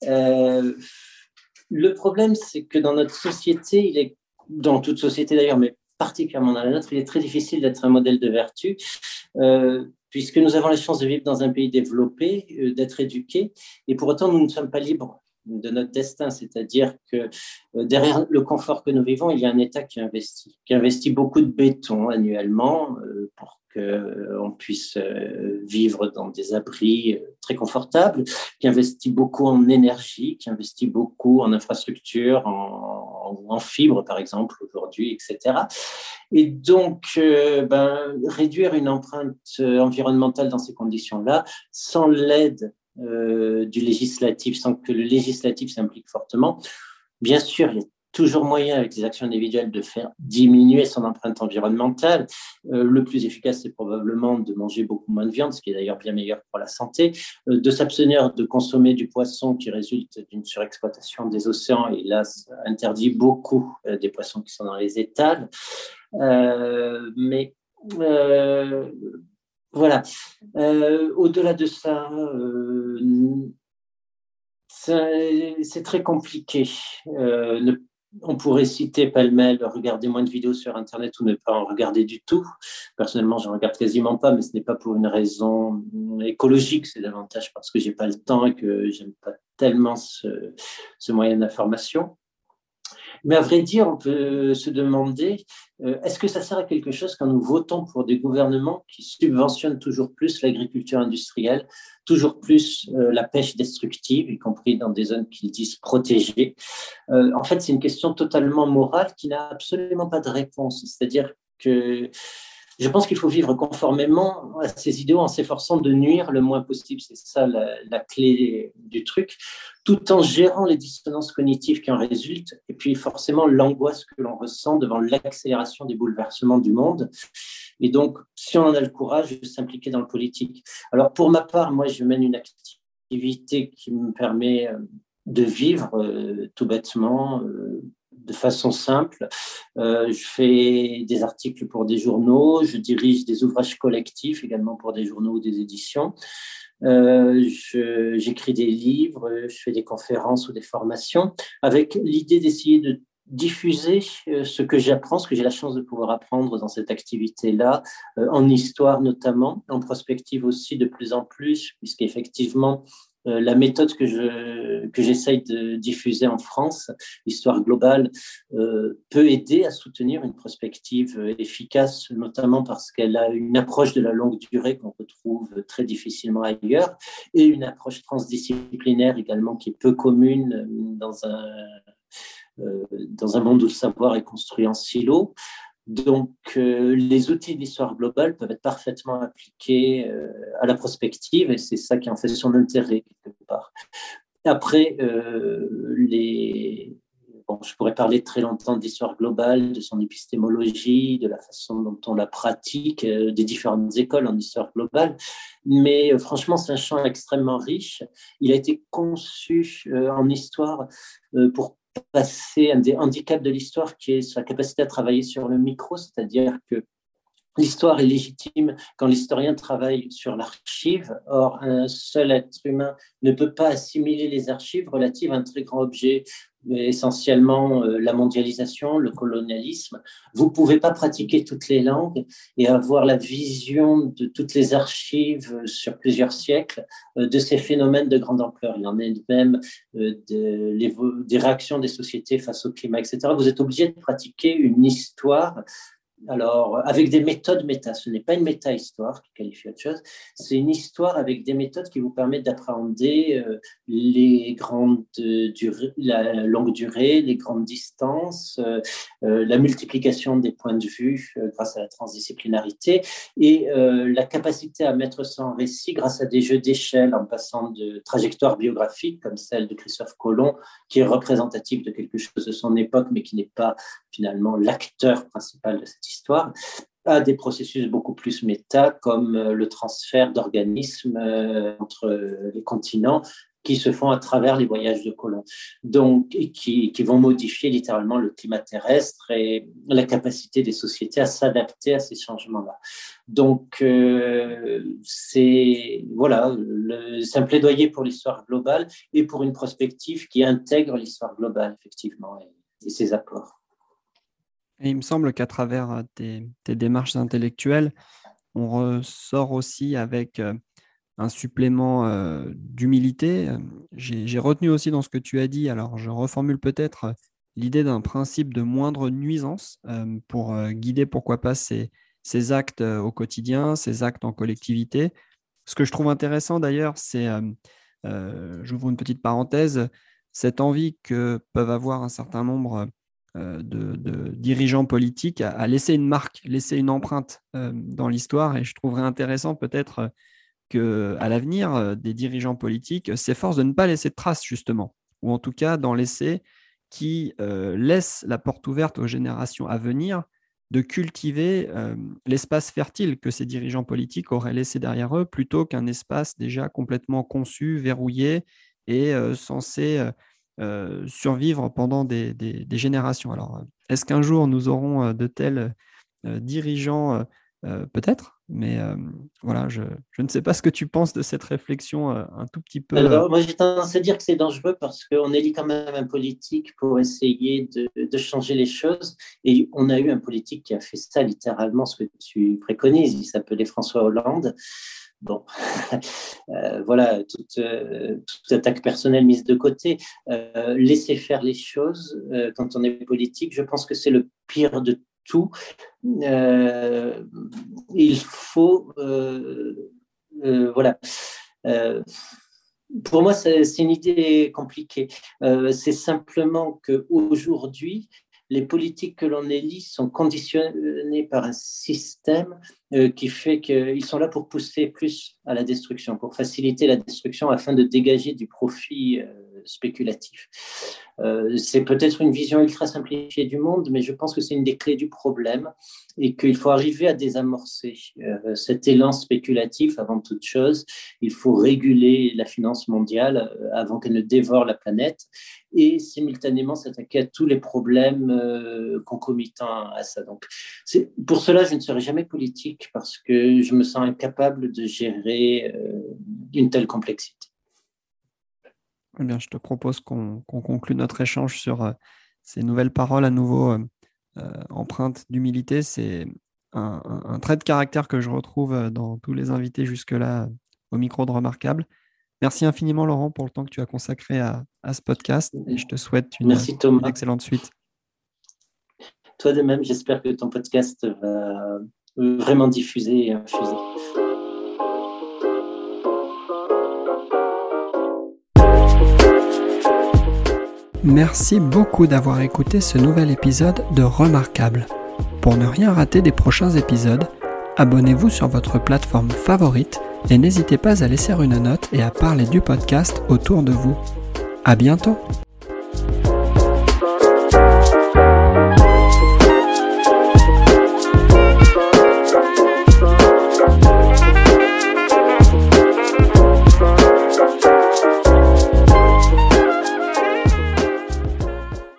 Le problème, c'est que dans notre société, dans toute société d'ailleurs, mais particulièrement dans la nôtre, il est très difficile d'être un modèle de vertu. Puisque nous avons la chance de vivre dans un pays développé, d'être éduqués, et pour autant, nous ne sommes pas libres de notre destin, c'est-à-dire que derrière le confort que nous vivons, il y a un État qui investit beaucoup de béton annuellement pour qu'on puisse vivre dans des abris très confortables, qui investit beaucoup en énergie, qui investit beaucoup en infrastructure, en fibre, par exemple, aujourd'hui, etc. Et donc, réduire une empreinte environnementale dans ces conditions-là, sans l'aide du législatif, sans que le législatif s'implique fortement, bien sûr, il y a toujours moyen avec les actions individuelles de faire diminuer son empreinte environnementale. Le plus efficace, c'est probablement de manger beaucoup moins de viande, ce qui est d'ailleurs bien meilleur pour la santé, de s'abstenir de consommer du poisson qui résulte d'une surexploitation des océans, et là, ça interdit beaucoup des poissons qui sont dans les étals. Mais voilà. Au-delà de ça, c'est très compliqué. On pourrait citer pêle-mêle, regarder moins de vidéos sur Internet ou ne pas en regarder du tout. Personnellement, je n'en regarde quasiment pas, mais ce n'est pas pour une raison écologique, c'est davantage parce que je n'ai pas le temps et que je n'aime pas tellement ce moyen d'information. Mais à vrai dire, on peut se demander, est-ce que ça sert à quelque chose quand nous votons pour des gouvernements qui subventionnent toujours plus l'agriculture industrielle, toujours plus la pêche destructive, y compris dans des zones qu'ils disent protégées? En fait, c'est une question totalement morale qui n'a absolument pas de réponse. C'est-à-dire que je pense qu'il faut vivre conformément à ces idéaux en s'efforçant de nuire le moins possible. C'est ça la clé du truc, tout en gérant les dissonances cognitives qui en résultent et puis forcément l'angoisse que l'on ressent devant l'accélération des bouleversements du monde. Et donc, si on en a le courage, de s'impliquer dans le politique. Alors, pour ma part, moi, je mène une activité qui me permet de vivre tout bêtement, de façon simple. Je fais des articles pour des journaux, je dirige des ouvrages collectifs également pour des journaux ou des éditions. J'écris des livres, je fais des conférences ou des formations avec l'idée d'essayer de diffuser ce que j'apprends, ce que j'ai la chance de pouvoir apprendre dans cette activité-là, en histoire notamment, en prospective aussi de plus en plus, puisqu'effectivement, la méthode que que j'essaye de diffuser en France, l'histoire globale, peut aider à soutenir une prospective efficace, notamment parce qu'elle a une approche de la longue durée qu'on retrouve très difficilement ailleurs, et une approche transdisciplinaire également qui est peu commune dans un monde où le savoir est construit en silo. Donc, les outils de l'histoire globale peuvent être parfaitement appliqués à la prospective, et c'est ça qui en fait son intérêt, quelque part. Après, je pourrais parler très longtemps de l'histoire globale, de son épistémologie, de la façon dont on la pratique, des différentes écoles en histoire globale. Mais franchement, c'est un champ extrêmement riche. Il a été conçu en histoire pour passer un des handicaps de l'histoire qui est sa capacité à travailler sur le micro, c'est-à-dire que l'histoire est légitime quand l'historien travaille sur l'archive. Or, un seul être humain ne peut pas assimiler les archives relatives à un très grand objet, essentiellement la mondialisation, le colonialisme. Vous ne pouvez pas pratiquer toutes les langues et avoir la vision de toutes les archives sur plusieurs siècles de ces phénomènes de grande ampleur. Il y en a même des réactions des sociétés face au climat, etc. Vous êtes obligé de pratiquer une histoire. Alors, avec des méthodes méta, ce n'est pas une méta-histoire qui qualifie autre chose, c'est une histoire avec des méthodes qui vous permettent d'appréhender la longue durée, les grandes distances, la multiplication des points de vue grâce à la transdisciplinarité et la capacité à mettre ça en récit grâce à des jeux d'échelle en passant de trajectoires biographiques comme celle de Christophe Colomb, qui est représentative de quelque chose de son époque, mais qui n'est pas finalement l'acteur principal de cette histoire, à des processus beaucoup plus méta, comme le transfert d'organismes entre les continents qui se font à travers les voyages de Colomb, donc, et qui vont modifier littéralement le climat terrestre et la capacité des sociétés à s'adapter à ces changements-là. Donc, c'est un plaidoyer pour l'histoire globale et pour une prospective qui intègre l'histoire globale, effectivement, et ses apports. Et il me semble qu'à travers tes démarches intellectuelles, on ressort aussi avec un supplément d'humilité. J'ai retenu aussi dans ce que tu as dit, alors je reformule peut-être l'idée d'un principe de moindre nuisance pour guider, pourquoi pas, ces actes au quotidien, ces actes en collectivité. Ce que je trouve intéressant d'ailleurs, c'est, j'ouvre une petite parenthèse, cette envie que peuvent avoir un certain nombre de dirigeants politiques à laisser une marque, laisser une empreinte dans l'histoire. Et je trouverais intéressant peut-être qu'à l'avenir, des dirigeants politiques s'efforcent de ne pas laisser de traces, justement, ou en tout cas d'en laisser qui laissent la porte ouverte aux générations à venir de cultiver l'espace fertile que ces dirigeants politiques auraient laissé derrière eux, plutôt qu'un espace déjà complètement conçu, verrouillé et censé survivre pendant des générations. Alors, est-ce qu'un jour nous aurons de tels dirigeants peut-être, mais voilà, je ne sais pas ce que tu penses de cette réflexion un tout petit peu. Alors, moi, j'ai tendance à dire que c'est dangereux parce qu'on élit quand même un politique pour essayer de changer les choses. Et on a eu un politique qui a fait ça littéralement, ce que tu préconises. Il s'appelait François Hollande. Bon, voilà, toute attaque personnelle mise de côté. Laisser faire les choses quand on est politique, je pense que c'est le pire de tout. Il faut, voilà. Pour moi, c'est une idée compliquée. C'est simplement qu'aujourd'hui, les politiques que l'on élit sont conditionnées par un système qui fait qu'ils sont là pour pousser plus à la destruction, pour faciliter la destruction afin de dégager du profit spéculatif. C'est peut-être une vision ultra simplifiée du monde, mais je pense que c'est une des clés du problème et qu'il faut arriver à désamorcer cet élan spéculatif avant toute chose. Il faut réguler la finance mondiale avant qu'elle ne dévore la planète et simultanément s'attaquer à tous les problèmes concomitants à ça. Donc, pour cela, je ne serai jamais politique parce que je me sens incapable de gérer une telle complexité. Eh bien, je te propose qu'on conclue notre échange sur ces nouvelles paroles à nouveau empreintes d'humilité. C'est un trait de caractère que je retrouve dans tous les invités jusque-là au micro de Remarquable. Merci infiniment, Laurent, pour le temps que tu as consacré à ce podcast. Et je te souhaite Merci, une Thomas. excellente suite. Toi de même, j'espère que ton podcast va vraiment diffuser et infuser. Merci beaucoup d'avoir écouté ce nouvel épisode de Remarquable. Pour ne rien rater des prochains épisodes, abonnez-vous sur votre plateforme favorite et n'hésitez pas à laisser une note et à parler du podcast autour de vous. À bientôt!